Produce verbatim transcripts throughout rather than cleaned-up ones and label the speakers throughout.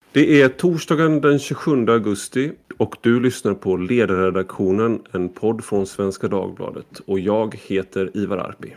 Speaker 1: Det är torsdagen den tjugosjunde augusti och du lyssnar på Ledarredaktionen, en podd från Svenska Dagbladet. Och jag heter Ivar Arpi.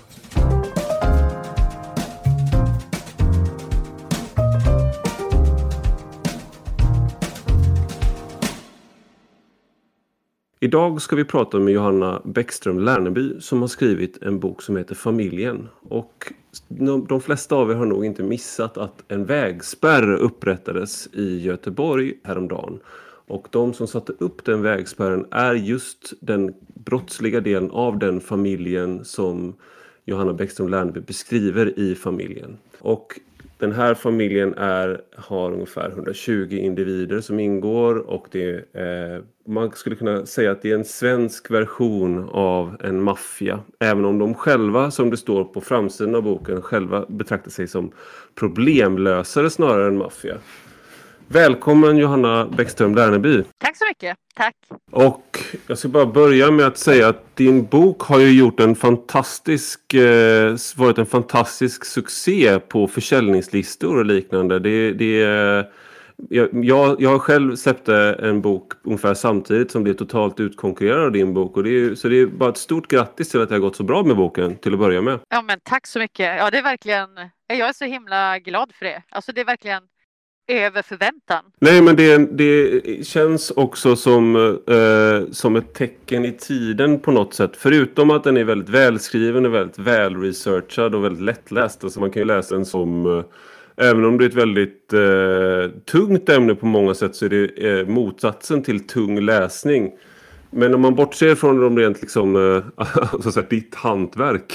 Speaker 1: Idag ska vi prata med Johanna Bäckström Lerneby som har skrivit en bok som heter Familjen. Och de flesta av er har nog inte missat att en vägspärr upprättades i Göteborg häromdagen. Och de som satte upp den vägspärren är just den brottsliga delen av den familjen som Johanna Bäckström Lerneby beskriver i Familjen. Och den här familjen är, har ungefär hundratjugo individer som ingår och det är, man skulle kunna säga att det är en svensk version av en maffia. Även om de själva, som det står på framsidan av boken, själva betraktar sig som problemlösare snarare än maffia. Välkommen Johanna Bäckström Lerneby.
Speaker 2: Tack så mycket, tack.
Speaker 1: Och jag ska bara börja med att säga att din bok har ju gjort en fantastisk, eh, varit en fantastisk succé på försäljningslistor och liknande. Det, det, jag, jag, jag själv släppte en bok ungefär samtidigt som blev totalt utkonkurrerad av din bok. Och det är, så det är bara ett stort grattis till att det har gått så bra med boken till att börja med.
Speaker 2: Ja men tack så mycket. Ja det är verkligen, jag är så himla glad för det. Alltså det är verkligen över förväntan.
Speaker 1: Nej, men det, det känns också som, eh, som ett tecken i tiden på något sätt. Förutom att den är väldigt välskriven och väldigt välresearchad och väldigt lättläst. Alltså man kan ju läsa den som, eh, även om det är ett väldigt eh, tungt ämne på många sätt så är det eh, motsatsen till tung läsning. Men om man bortser från de rent liksom, eh, så att säga, ditt hantverk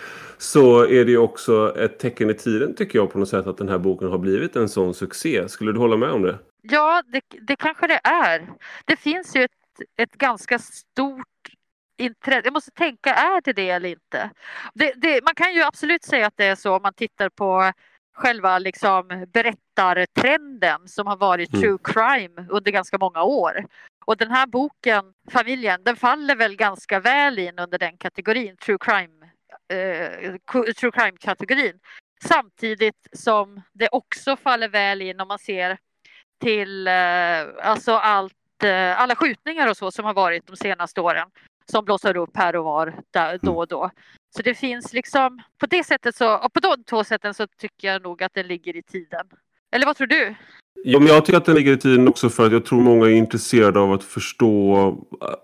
Speaker 1: så är det ju också ett tecken i tiden tycker jag på något sätt att den här boken har blivit en sån succé. Skulle du hålla med om det?
Speaker 2: Ja, det, det kanske det är. Det finns ju ett, ett ganska stort intresse. Jag måste tänka, är det det eller inte? Det, det, man kan ju absolut säga att det är så om man tittar på själva liksom berättartrenden som har varit mm. true crime under ganska många år. Och den här boken, Familjen, den faller väl ganska väl in under den kategorin, true crime. Uh, true crime-kategorin. Samtidigt som det också faller väl in om man ser till uh, alltså allt, uh, alla skjutningar och så som har varit de senaste åren som blåser upp här och var där, då och då. Så det finns liksom på det sättet så, och på de två sätten så tycker jag nog att den ligger i tiden. Eller vad tror du?
Speaker 1: Ja, men jag tycker att den ligger i tiden också för att jag tror många är intresserade av att förstå.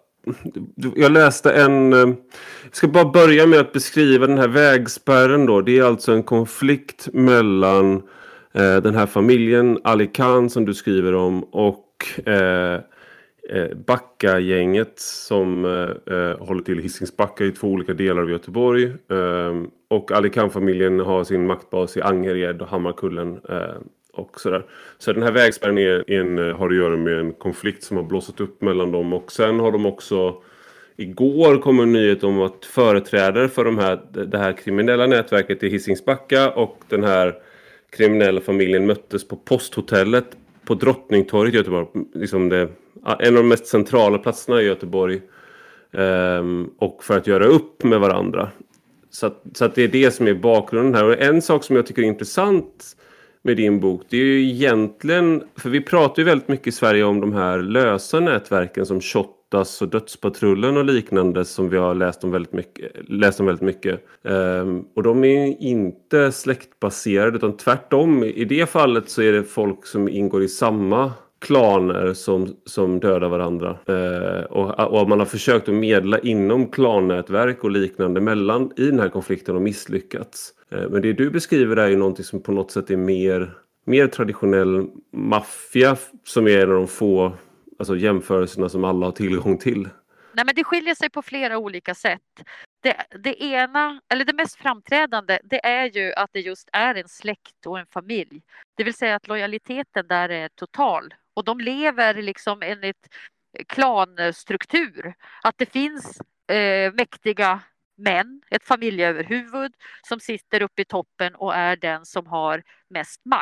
Speaker 1: Jag läste en, jag ska bara börja med att beskriva den här vägspärren då. Det är alltså en konflikt mellan eh, den här familjen Ali Khan som du skriver om och eh, Backa-gänget som eh, håller till i Hisingsbacka i två olika delar av Göteborg. Eh, och Ali Khan-familjen har sin maktbas i Angered och Hammarkullen eh, och sådär. Så den här vägspärren är en, har att göra med en konflikt som har blåsat upp mellan dem. Och sen har de också, igår kom en nyhet om att företrädare för de här, det här kriminella nätverket i Hisingsbacka och den här kriminella familjen möttes på posthotellet på Drottningtorget i Göteborg. Liksom det, en av de mest centrala platserna i Göteborg. Um, och för att göra upp med varandra. Så att, så att det är det som är bakgrunden här. Och en sak som jag tycker är intressant med din bok, det är ju egentligen, för vi pratar ju väldigt mycket i Sverige om de här lösa nätverken som Shottaz och Dödspatrullen och liknande som vi har läst om väldigt mycket. Läst om väldigt mycket. Um, och de är ju inte släktbaserade utan tvärtom. I det fallet så är det folk som ingår i samma klaner som, som dödar varandra. Uh, och, och man har försökt att medla inom klannätverk och liknande mellan i den här konflikten och misslyckats. Men det du beskriver är ju någonting som på något sätt är mer, mer traditionell maffia som är en av de få alltså jämförelserna som alla har tillgång till.
Speaker 2: Nej men det skiljer sig på flera olika sätt. Det, det ena, eller det mest framträdande, det är ju att det just är en släkt och en familj. Det vill säga att lojaliteten där är total. Och de lever liksom enligt klanstruktur. Att det finns eh, mäktiga män, ett familjeöverhuvud som sitter uppe i toppen och är den som har mest makt.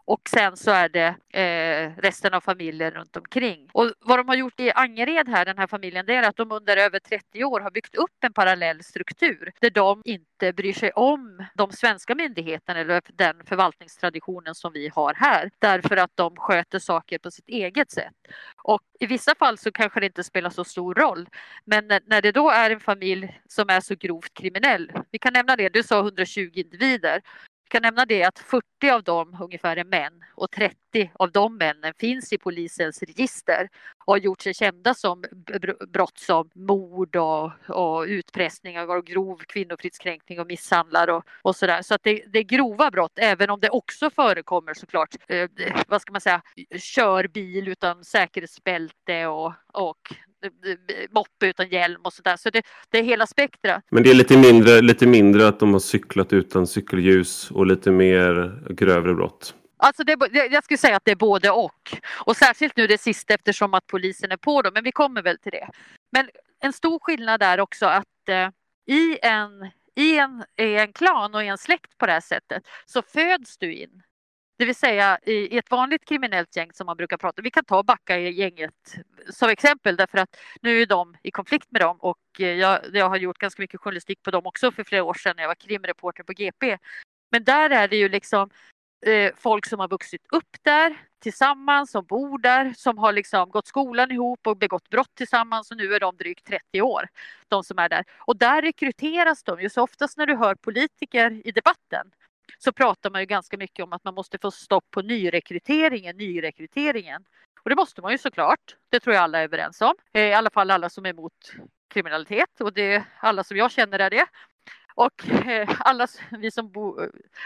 Speaker 2: Och sen så är det eh, resten av familjen runt omkring. Och vad de har gjort i Angered här, den här familjen, det är att de under över trettio år har byggt upp en parallell struktur där de inte bryr sig om de svenska myndigheterna eller den förvaltningstraditionen som vi har här. Därför att de sköter saker på sitt eget sätt. Och i vissa fall så kanske det inte spelar så stor roll. Men när det då är en familj som är så grovt kriminell, vi kan nämna det, du sa hundratjugo individer. Jag kan nämna det att fyrtio av dem ungefär är män och trettio av de männen finns i polisens register och har gjort sig kända som brott som mord och, och utpressning och grov kvinnofridskränkning och misshandlar och, och sådär. Så att det, det är grova brott, även om det också förekommer såklart, eh, vad ska man säga, kör bil utan säkerhetsbälte och, och moppe utan hjälm och sådär. Så det, det är hela spektrat.
Speaker 1: Men det är lite mindre, lite mindre att de har cyklat utan cykelljus och lite mer grövre brott.
Speaker 2: Alltså det, jag skulle säga att det är både och. Och särskilt nu det sista eftersom att polisen är på dem. Men vi kommer väl till det. Men en stor skillnad är också att eh, i, en, i, en, i en klan och i en släkt på det här sättet så föds du in. Det vill säga i ett vanligt kriminellt gäng som man brukar prata om. Vi kan ta Backa i gänget som exempel därför att nu är de i konflikt med dem och jag, jag har gjort ganska mycket journalistik på dem också för flera år sedan när jag var krimreporter på G P. Men där är det ju liksom eh, folk som har vuxit upp där tillsammans, som bor där, som har liksom gått skolan ihop och begått brott tillsammans och nu är de drygt trettio år, de som är där. Och där rekryteras de ju så oftast när du hör politiker i debatten. Så pratar man ju ganska mycket om att man måste få stopp på nyrekryteringen, nyrekryteringen. Och det måste man ju såklart. Det tror jag alla är överens om. I alla fall alla som är emot kriminalitet. Och det är alla som jag känner är det. Och alla vi som bo,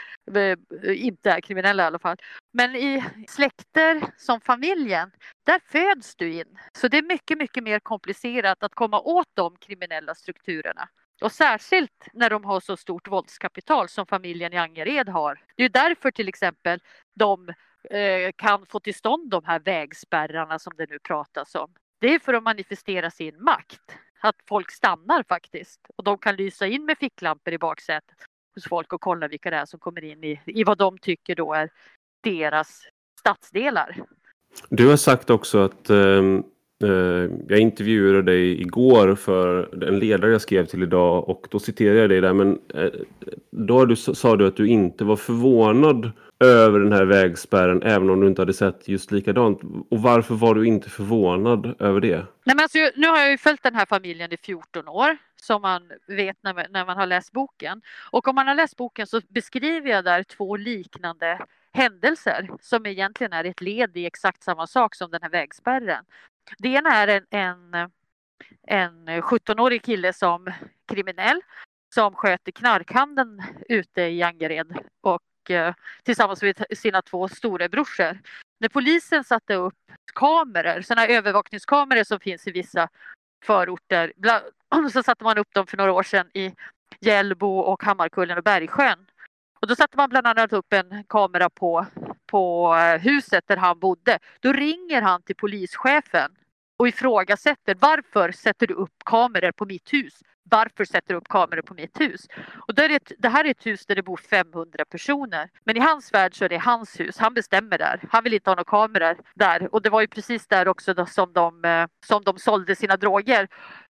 Speaker 2: inte är kriminella i alla fall. Men i släkter som familjen, där föds du in. Så det är mycket, mycket mer komplicerat att komma åt de kriminella strukturerna. Och särskilt när de har så stort våldskapital som familjen i Angered har. Det är därför till exempel de eh, kan få till stånd de här vägspärrarna som det nu pratas om. Det är för att manifestera sin makt. Att folk stannar faktiskt. Och de kan lysa in med ficklampor i baksätet hos folk och kolla vilka det är som kommer in i, i vad de tycker då är deras stadsdelar.
Speaker 1: Du har sagt också att eh, jag intervjuade dig igår för en ledare jag skrev till idag och då citerade jag dig där, men eh, då du, sa du att du inte var förvånad över den här vägspärren även om du inte hade sett just likadant. Och varför var du inte förvånad över det?
Speaker 2: Nej, men alltså, nu har jag ju följt den här familjen i fjorton år som man vet när man, när man har läst boken. Och om man har läst boken så beskriver jag där två liknande händelser som egentligen är ett led i exakt samma sak som den här vägspärren. Det ena är en, en, en sjuttonårig kille som kriminell som sköter knarkhandeln ute i Angered och eh, tillsammans med sina två storebrorsor. När polisen satte upp kameror, sådana övervakningskameror som finns i vissa förorter, så satte man upp dem för några år sedan i Hjällbo och Hammarkullen och Bergsjön. Och då satte man bland annat upp en kamera på, på huset där han bodde. Då ringer han till polischefen och ifrågasätter: varför sätter du upp kameror på mitt hus? Varför sätter du upp kameror på mitt hus? Och då är det, ett, det här är ett hus där det bor femhundra personer. Men i hans värld så är det hans hus. Han bestämmer där. Han vill inte ha några kameror där. Och det var ju precis där också då som, de, som de sålde sina droger.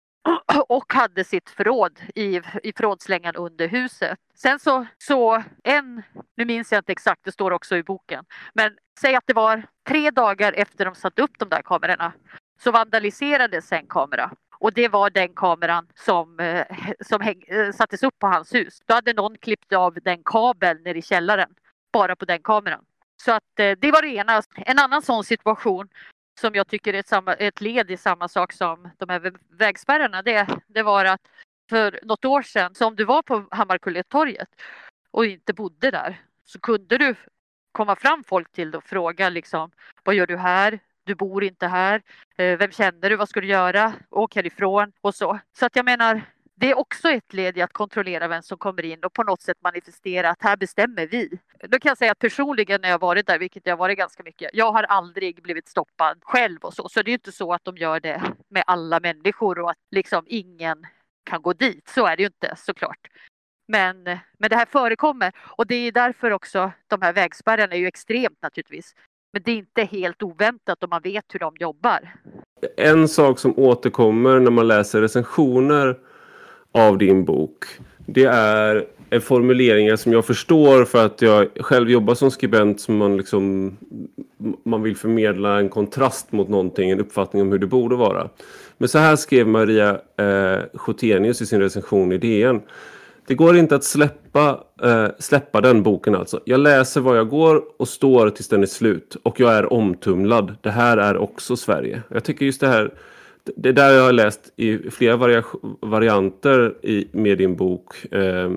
Speaker 2: Och hade sitt förråd i, i förrådslängan under huset. Sen så, så en, nu minns jag inte exakt, det står också i boken. Men säg att det var tre dagar efter de satt upp de där kamerorna. Så vandaliserades en kamera. Och det var den kameran som, som häng, sattes upp på hans hus. Då hade någon klippt av den kabeln ner i källaren. Bara på den kameran. Så att det var det ena. En annan sån situation som jag tycker är ett, samma, ett led i samma sak som de här vägspärrarna. Det, det var att för något år sedan, så om du var på Hammarkulletorget och inte bodde där, så kunde du komma fram folk till och fråga liksom: vad gör du här? Du bor inte här. Vem känner du? Vad ska du göra? Åk härifrån och så. Så att jag menar, det är också ett led i att kontrollera vem som kommer in och på något sätt manifestera att här bestämmer vi. Då kan jag säga att personligen när jag varit där, vilket jag varit ganska mycket, jag har aldrig blivit stoppad själv och så. Så det är inte så att de gör det med alla människor och att liksom ingen kan gå dit. Så är det ju inte såklart. Men, men det här förekommer och det är därför också de här vägspärrarna är ju extremt naturligtvis. Men det är inte helt oväntat om man vet hur de jobbar.
Speaker 1: En sak som återkommer när man läser recensioner av din bok, det är formuleringar som jag förstår för att jag själv jobbar som skribent, som man liksom man vill förmedla en kontrast mot någonting, en uppfattning om hur det borde vara. Men så här skrev Maria eh, Chotenius i sin recension i D N. Det går inte att släppa, eh, släppa den boken alltså. Jag läser vad jag går och står tills den är slut. Och jag är omtumlad. Det här är också Sverige. Jag tycker just det här, det där jag har läst i flera vari- varianter i, med din bok. Eh,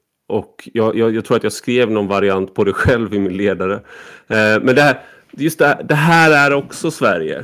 Speaker 1: och jag, jag, jag tror att jag skrev någon variant på det själv i min ledare. Eh, men det här, just det här, det här är också Sverige.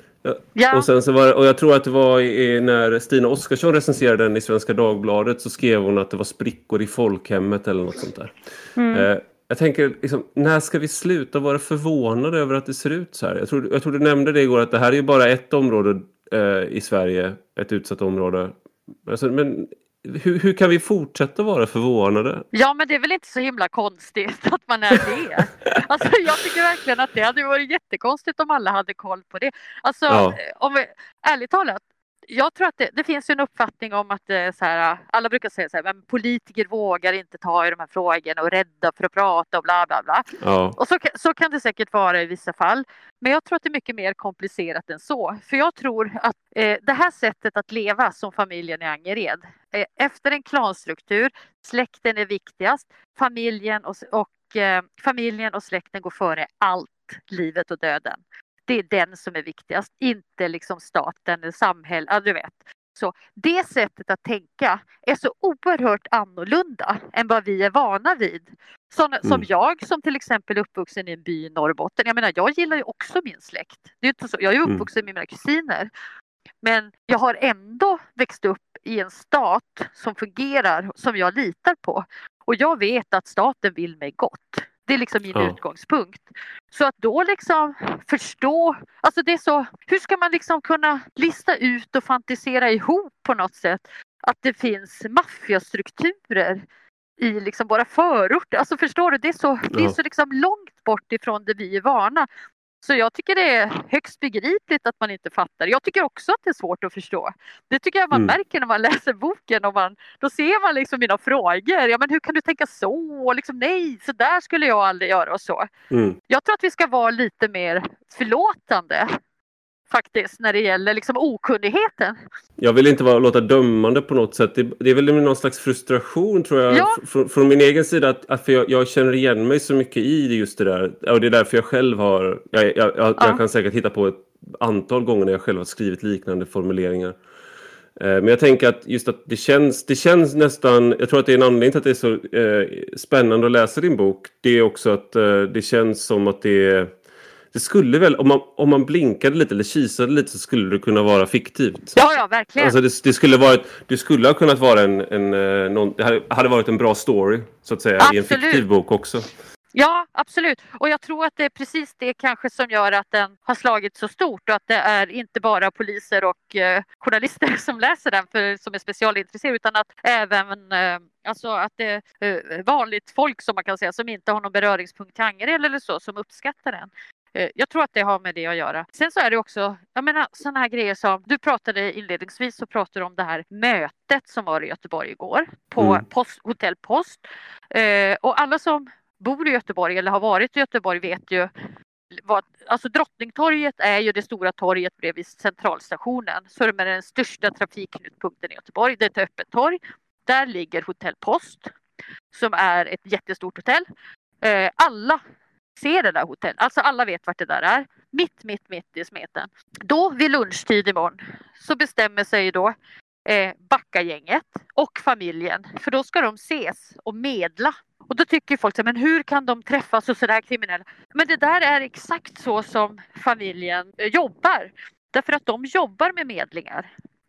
Speaker 2: Ja.
Speaker 1: Och, sen så var, och jag tror att det var i, när Stina Oskarsson recenserade den i Svenska Dagbladet, så skrev hon att det var sprickor i folkhemmet eller något sånt där. Mm. Eh, jag tänker, liksom, när ska vi sluta vara förvånade över att det ser ut så här? Jag tror, jag tror du nämnde det igår, att det här är ju bara ett område eh, i Sverige, ett utsatt område. Alltså, men hur, hur kan vi fortsätta vara förvånade?
Speaker 2: Ja, men det är väl inte så himla konstigt att man är det. Alltså, jag tycker verkligen att det hade varit jättekonstigt om alla hade koll på det. Alltså, ja. om vi, ärligt talat, jag tror att det, det finns en uppfattning om att det är så här, alla brukar säga så här, men politiker vågar inte ta i de här frågorna och rädda för att prata och bla bla bla. Ja. Och så, så kan det säkert vara i vissa fall. Men jag tror att det är mycket mer komplicerat än så. För jag tror att eh, det här sättet att leva som familjen i Angered, eh, efter en klanstruktur, släkten är viktigast, familjen och, och, eh, familjen och släkten går före allt, livet och döden. Det är den som är viktigast, inte liksom staten eller samhället, ja, du vet. Så det sättet att tänka är så oerhört annorlunda än vad vi är vana vid. Som, mm. som jag som till exempel är uppvuxen i en by i Norrbotten. Jag menar, jag gillar ju också min släkt. Det är inte så, jag är uppvuxen mm. med mina kusiner. Men jag har ändå växt upp i en stat som fungerar, som jag litar på. Och jag vet att staten vill mig gott. Det är liksom min ja. utgångspunkt. Så att då liksom förstå, alltså det är så, hur ska man liksom kunna lista ut och fantisera ihop på något sätt att det finns maffiastrukturer i liksom våra förorter. Alltså förstår du, det är så, ja. det är så liksom långt bort ifrån det vi är vana. Så jag tycker det är högst begripligt att man inte fattar. Jag tycker också att det är svårt att förstå. Det tycker jag man mm. märker när man läser boken. Och man, då ser man liksom mina frågor. Ja, men hur kan du tänka så? Och liksom, nej, så där skulle jag aldrig göra och så. Mm. Jag tror att vi ska vara lite mer förlåtande faktiskt när det gäller liksom okunnigheten.
Speaker 1: Jag vill inte vara, låta dömande på något sätt. Det, det är väl någon slags frustration tror jag ja. från, från min egen sida. Att, att för jag, jag känner igen mig så mycket i just det där. Och det är därför jag själv har... Jag, jag, jag, ja. jag kan säkert hitta på ett antal gånger när jag själv har skrivit liknande formuleringar. Eh, men jag tänker att just att det känns, det känns nästan... Jag tror att det är en anledning till att det är så eh, spännande att läsa din bok. Det är också att eh, det känns som att det är... Det skulle väl, om man, om man blinkade lite eller kisade lite, så skulle det kunna vara fiktivt.
Speaker 2: Ja, ja, verkligen.
Speaker 1: Alltså det, det, skulle, varit, det skulle ha kunnat vara en, en någon, det hade varit en bra story, så att säga, absolut. I en fiktiv bok också.
Speaker 2: Ja, absolut. Och jag tror att det är precis det kanske som gör att den har slagit så stort. Och att det är inte bara poliser och eh, journalister som läser den för, som är specialintresserade. Utan att även eh, alltså att det är eh, vanligt folk som man kan säga som inte har någon beröringspunkt till Angered eller så, som uppskattar den. Jag tror att det har med det att göra. Sen så är det också, jag menar, sådana här grejer som, du pratade inledningsvis så pratade du om det här mötet som var i Göteborg igår på mm. post, Hotell Post. Eh, och alla som bor i Göteborg eller har varit i Göteborg vet ju vad, alltså Drottningtorget är ju det stora torget bredvid centralstationen. Så det är den största trafikknutpunkten i Göteborg. Det är ett öppet torg. Där ligger Hotell Post som är ett jättestort hotell. Eh, alla ser det där hotellet. Alltså alla vet vart det där är. Mitt, mitt, mitt i smeten. Då vid lunchtid imorgon så bestämmer sig då eh, Backagänget och familjen. För då ska de ses och medla. Och då tycker folk så här, men hur kan de träffas och sådär kriminella? Men det där är exakt så som familjen eh, jobbar. Därför att de jobbar med medlingar.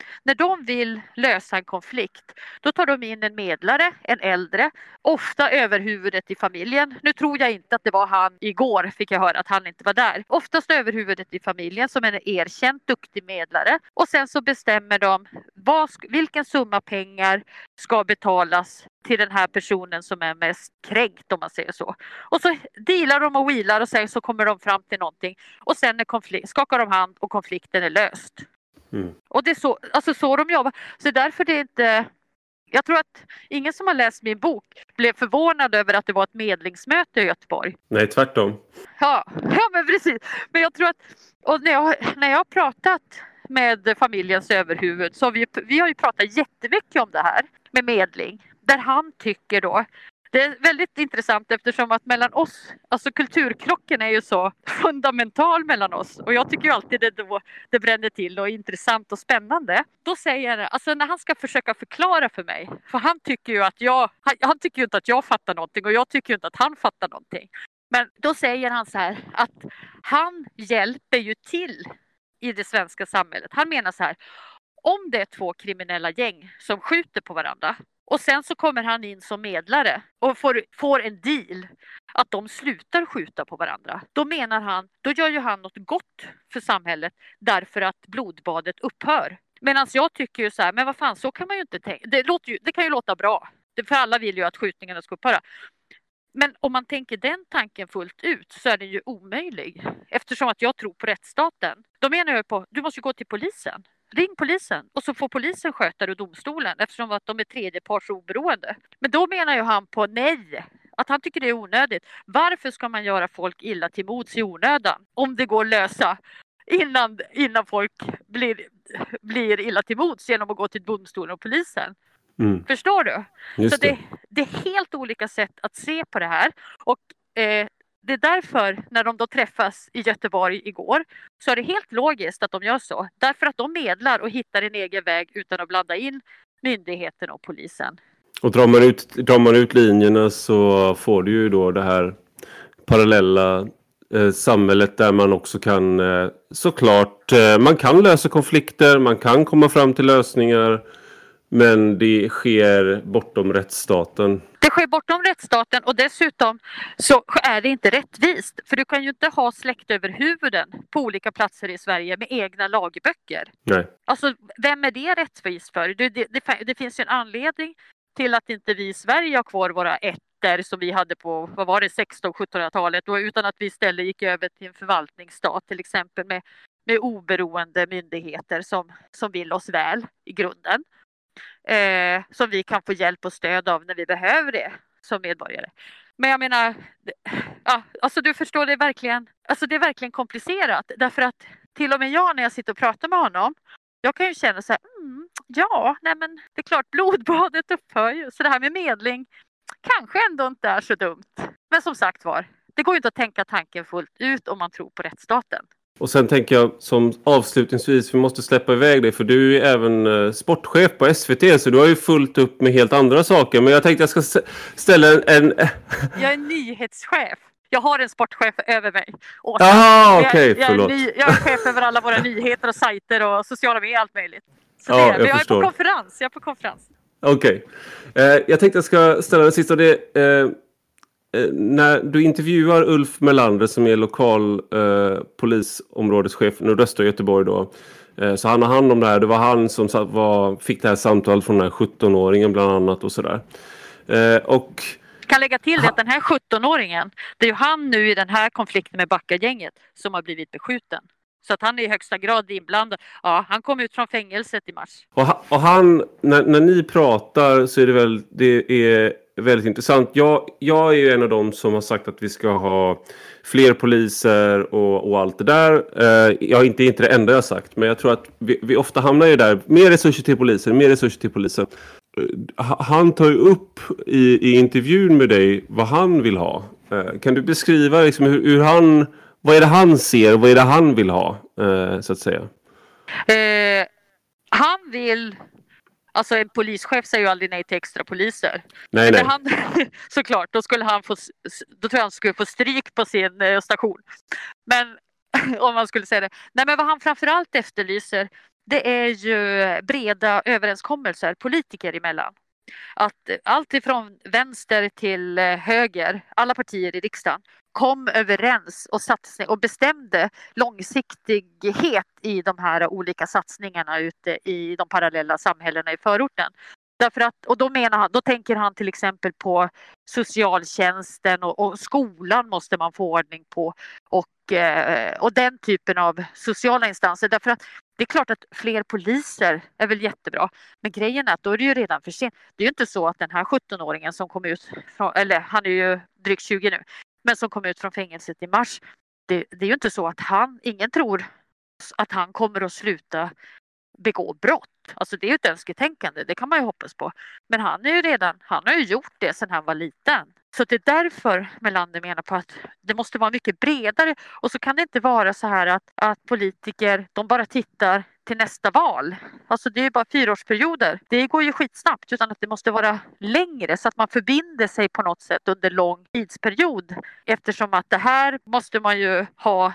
Speaker 2: när de vill lösa en konflikt, då tar de in en medlare, en äldre, ofta överhuvudet i familjen. Nu tror jag inte att det var han igår, fick jag höra att han inte var där. Oftast överhuvudet i familjen som en erkänt duktig medlare. Och sen så bestämmer de vad, vilken summa pengar ska betalas till den här personen som är mest kränkt, om man säger så. Och så dealar de och wheelar och sen så kommer de fram till någonting. Och sen är konflikt, skakar de hand och konflikten är löst. Mm. Och det är så, alltså så de jobbar. Så därför det är inte... Jag tror att ingen som har läst min bok blev förvånad över att det var ett medlingsmöte i Göteborg.
Speaker 1: Nej, tvärtom.
Speaker 2: Ja, ja men precis. Men jag tror att... Och när jag, när jag har pratat med familjens överhuvud så har vi, vi har ju pratat jättemycket om det här med medling. Där han tycker då... Det är väldigt intressant eftersom att mellan oss, alltså kulturkrocken är ju så fundamental mellan oss. Och jag tycker ju alltid det då det bränner till och är intressant och spännande. Då säger han, alltså när han ska försöka förklara för mig, för han tycker ju att jag, han, han tycker ju inte att jag fattar någonting och jag tycker ju inte att han fattar någonting. Men då säger han så här att han hjälper ju till i det svenska samhället. Han menar så här, om det är två kriminella gäng som skjuter på varandra och sen så kommer han in som medlare och får, får en deal att de slutar skjuta på varandra. Då menar han, då gör ju han något gott för samhället därför att blodbadet upphör. Medan jag tycker ju så här, men vad fan, så kan man ju inte tänka. Det, låter ju, det kan ju låta bra, för alla vill ju att skjutningarna ska upphöra. Men om man tänker den tanken fullt ut så är den ju omöjlig. Eftersom att jag tror på rättsstaten. Då menar jag på, du måste gå till polisen. Ring polisen och så får polisen sköta det i domstolen eftersom att de är tredjepartsoberoende. Men då menar ju han på nej, att han tycker det är onödigt. Varför ska man göra folk illa till mods i onödan om det går att lösa innan, innan folk blir, blir illa till mods genom att gå till domstolen och polisen? Mm. Förstår du? Just så det. Det, det är helt olika sätt att se på det här och eh, det är därför när de då träffas i Göteborg igår så är det helt logiskt att de gör så. Därför att de medlar och hittar en egen väg utan att blanda in myndigheten och polisen.
Speaker 1: Och drar man ut, drar man ut linjerna så får du ju då det här parallella eh, samhället där man också kan eh, såklart, eh, man kan lösa konflikter, man kan komma fram till lösningar. Men det sker bortom rättsstaten.
Speaker 2: Det sker bortom rättsstaten och dessutom så är det inte rättvist. För du kan ju inte ha släkt över huvuden på olika platser i Sverige med egna lagböcker. Nej. Alltså vem är det rättvist för? Det, det, det, det finns ju en anledning till att inte vi i Sverige har kvar våra ätter som vi hade på, vad var det, sexton- och sjuttonhundratalet. Och utan att vi istället gick över till en förvaltningsstat till exempel med, med oberoende myndigheter som, som vill oss väl i grunden. Eh, som vi kan få hjälp och stöd av när vi behöver det som medborgare. Men jag menar, ja, alltså du förstår, det är verkligen, alltså det är verkligen komplicerat. Därför att till och med jag när jag sitter och pratar med honom, jag kan ju känna så här, mm, ja, nej men det är klart, blodbadet upphör ju. Så det här med medling kanske ändå inte är så dumt. Men som sagt var, det går ju inte att tänka tanken fullt ut om man tror på rättsstaten.
Speaker 1: Och sen tänker jag som avslutningsvis, vi måste släppa iväg dig för du är även eh, sportchef på S V T så du har ju fullt upp med helt andra saker. Men jag tänkte jag ska ställa en... en...
Speaker 2: Jag är nyhetschef. Jag har en sportchef över mig.
Speaker 1: Jaha, okej, okay, förlåt.
Speaker 2: Jag är, ny, jag är chef över alla våra nyheter och sajter och sociala medier, allt möjligt. Så
Speaker 1: ja,
Speaker 2: det är,
Speaker 1: jag,
Speaker 2: men jag
Speaker 1: förstår.
Speaker 2: är på konferens. Jag är på konferens.
Speaker 1: Okej. Okay. Eh, jag tänkte jag ska ställa den sista. Det, eh, när du intervjuar Ulf Melander som är lokal eh, polisområdeschef nordöstra Göteborg då. Eh, så han har hand om det här. Det var han som var, fick det här samtalet från den här sjuttonåringen bland annat och sådär. Eh, och...
Speaker 2: kan lägga till det att den här sjuttonåringen, det är ju han nu i den här konflikten med Backa-gänget som har blivit beskjuten. Så att han är i högsta grad inblandad. Ja, han kom ut från fängelset i mars.
Speaker 1: Och, ha, och han, när, när ni pratar så är det väl, det är väldigt intressant. Jag, jag är ju en av dem som har sagt att vi ska ha fler poliser och, och allt det där. Eh, jag är inte, inte det enda jag har sagt, men jag tror att vi, vi ofta hamnar ju där. Mer resurser till polisen, mer resurser till polisen. Han tar ju upp i, i intervjun med dig vad han vill ha. Eh, kan du beskriva liksom hur, hur han... Vad är det han ser? Vad är det han vill ha? Eh, så att säga.
Speaker 2: Eh, han vill... Alltså en polischef säger ju aldrig nej till extra poliser.
Speaker 1: Nej, nej.
Speaker 2: Han, såklart, då skulle han få... Då tror jag han skulle få stryk på sin eh, station. Men om man skulle säga det. Nej, men vad han framförallt efterlyser, det är ju breda överenskommelser politiker emellan. Att allt ifrån vänster till höger, alla partier i riksdagen, kom överens och, satsning, och bestämde långsiktighet i de här olika satsningarna ute i de parallella samhällena i förorten. Därför att, och då, menar han, då tänker han till exempel på socialtjänsten och, och skolan måste man få ordning på och, eh, och den typen av sociala instanser. Därför att det är klart att fler poliser är väl jättebra, men grejen är att då är det ju redan för sent. Det är ju inte så att den här sjutton-åringen som kom ut, från, eller han är ju drygt tjugo nu, men som kom ut från fängelset i mars, det, det är ju inte så att han, ingen tror att han kommer att sluta begå brott. Alltså det är ju ett önsketänkande, det kan man ju hoppas på. Men han är ju redan, han har ju gjort det sedan han var liten. Så det är därför Melander menar på att det måste vara mycket bredare. Och så kan det inte vara så här att, att politiker, de bara tittar till nästa val. Alltså det är ju bara fyraårsperioder. Det går ju skitsnabbt, utan att det måste vara längre så att man förbinder sig på något sätt under lång tidsperiod. Eftersom att det här måste man ju ha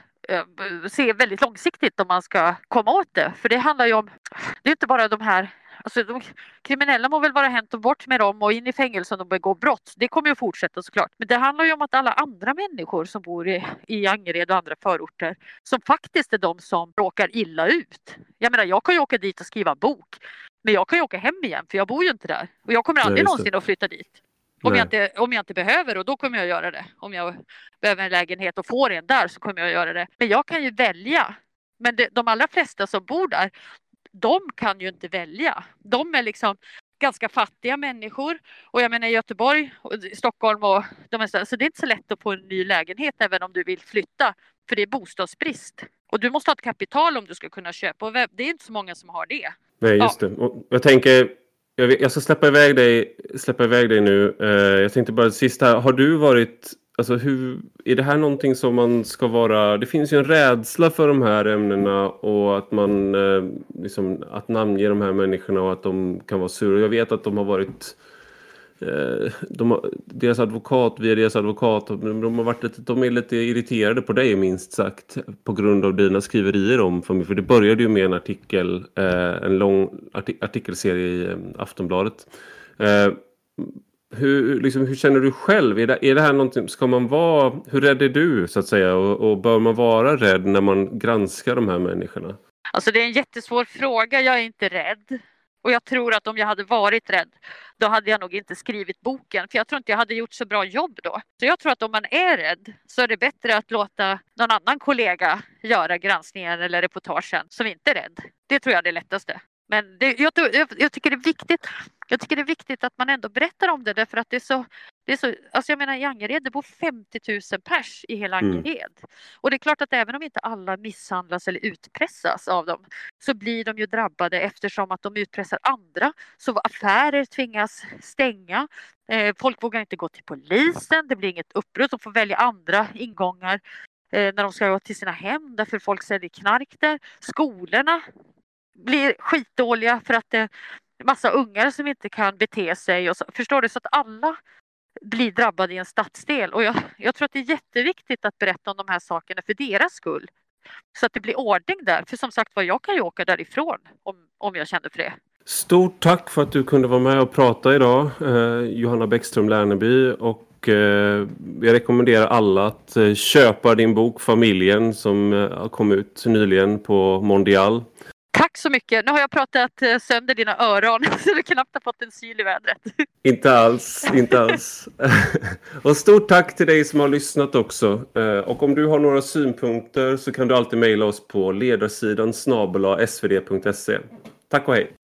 Speaker 2: se väldigt långsiktigt om man ska komma åt det. För det handlar ju om, det är inte bara de här, alltså de kriminella må väl vara hänt och bort med dem och in i fängelse om de begår brott. Det kommer ju att fortsätta såklart. Men det handlar ju om att alla andra människor som bor i, i Angered och andra förorter, som faktiskt är de som råkar illa ut. Jag menar, jag kan ju åka dit och skriva bok, men jag kan ju åka hem igen för jag bor ju inte där. Och jag kommer aldrig någonsin att flytta dit. Om jag, inte, om jag inte behöver, och då kommer jag göra det. Om jag behöver en lägenhet och får en där så kommer jag göra det. Men jag kan ju välja. Men det, de allra flesta som bor där, de kan ju inte välja. De är liksom ganska fattiga människor. Och jag menar i Göteborg, och Stockholm och de är, så det är inte så lätt att få en ny lägenhet även om du vill flytta. För det är bostadsbrist. Och du måste ha ett kapital om du ska kunna köpa. Och det är inte så många som har det.
Speaker 1: Nej, just ja. det. Och jag tänker... Jag ska släppa iväg dig, släppa iväg dig nu. Jag tänkte bara sist här. Har du varit... Alltså hur, är det här någonting som man ska vara... Det finns ju en rädsla för de här ämnena och att man liksom, att namnge de här människorna och att de kan vara sura. Jag vet att de har varit... De har, deras advokat, via deras advokat, de, har varit lite, de är lite irriterade på dig minst sagt på grund av dina skriverier om familj. För det började ju med en artikel, en lång artikelserie i Aftonbladet. Hur, liksom, hur känner du själv? Är det, är det här någonting, ska man vara, hur rädd är du så att säga? Och, och bör man vara rädd när man granskar de här människorna?
Speaker 2: Alltså det är en jättesvår fråga, jag är inte rädd. Och jag tror att om jag hade varit rädd, då hade jag nog inte skrivit boken. För jag tror inte jag hade gjort så bra jobb då. Så jag tror att om man är rädd så är det bättre att låta någon annan kollega göra granskningen eller reportagen som inte är rädd. Det tror jag är det lättaste. Men det, jag, jag, jag, tycker det är viktigt, jag tycker det är viktigt att man ändå berättar om det. Därför att det är så... Det är så, alltså jag menar i Angered, det bor femtio tusen pers i hela Angered. Mm. Och det är klart att även om inte alla misshandlas eller utpressas av dem så blir de ju drabbade eftersom att de utpressar andra. Så affärer tvingas stänga. Eh, folk vågar inte gå till polisen. Det blir inget uppror. De får välja andra ingångar eh, när de ska gå till sina hem. Därför folk säljer knark där. Skolorna blir skitdåliga för att det är massa ungar som inte kan bete sig. Och så, förstår du? Så att alla blir drabbade i en stadsdel. Och jag, jag tror att det är jätteviktigt att berätta om de här sakerna för deras skull. Så att det blir ordning där. För som sagt var, jag kan ju åka därifrån om, om jag kände för det.
Speaker 1: Stort tack för att du kunde vara med och prata idag, eh, Johanna Bäckström Lerneby. Och eh, jag rekommenderar alla att eh, köpa din bok Familjen som eh, kom ut nyligen på Mondial.
Speaker 2: Tack så mycket. Nu har jag pratat sönder dina öron så du knappt har fått en syl i vädret.
Speaker 1: Inte alls, inte alls. Och stort tack till dig som har lyssnat också. Och om du har några synpunkter så kan du alltid mejla oss på ledarsidan snabel-a svd punkt se. Tack och hej.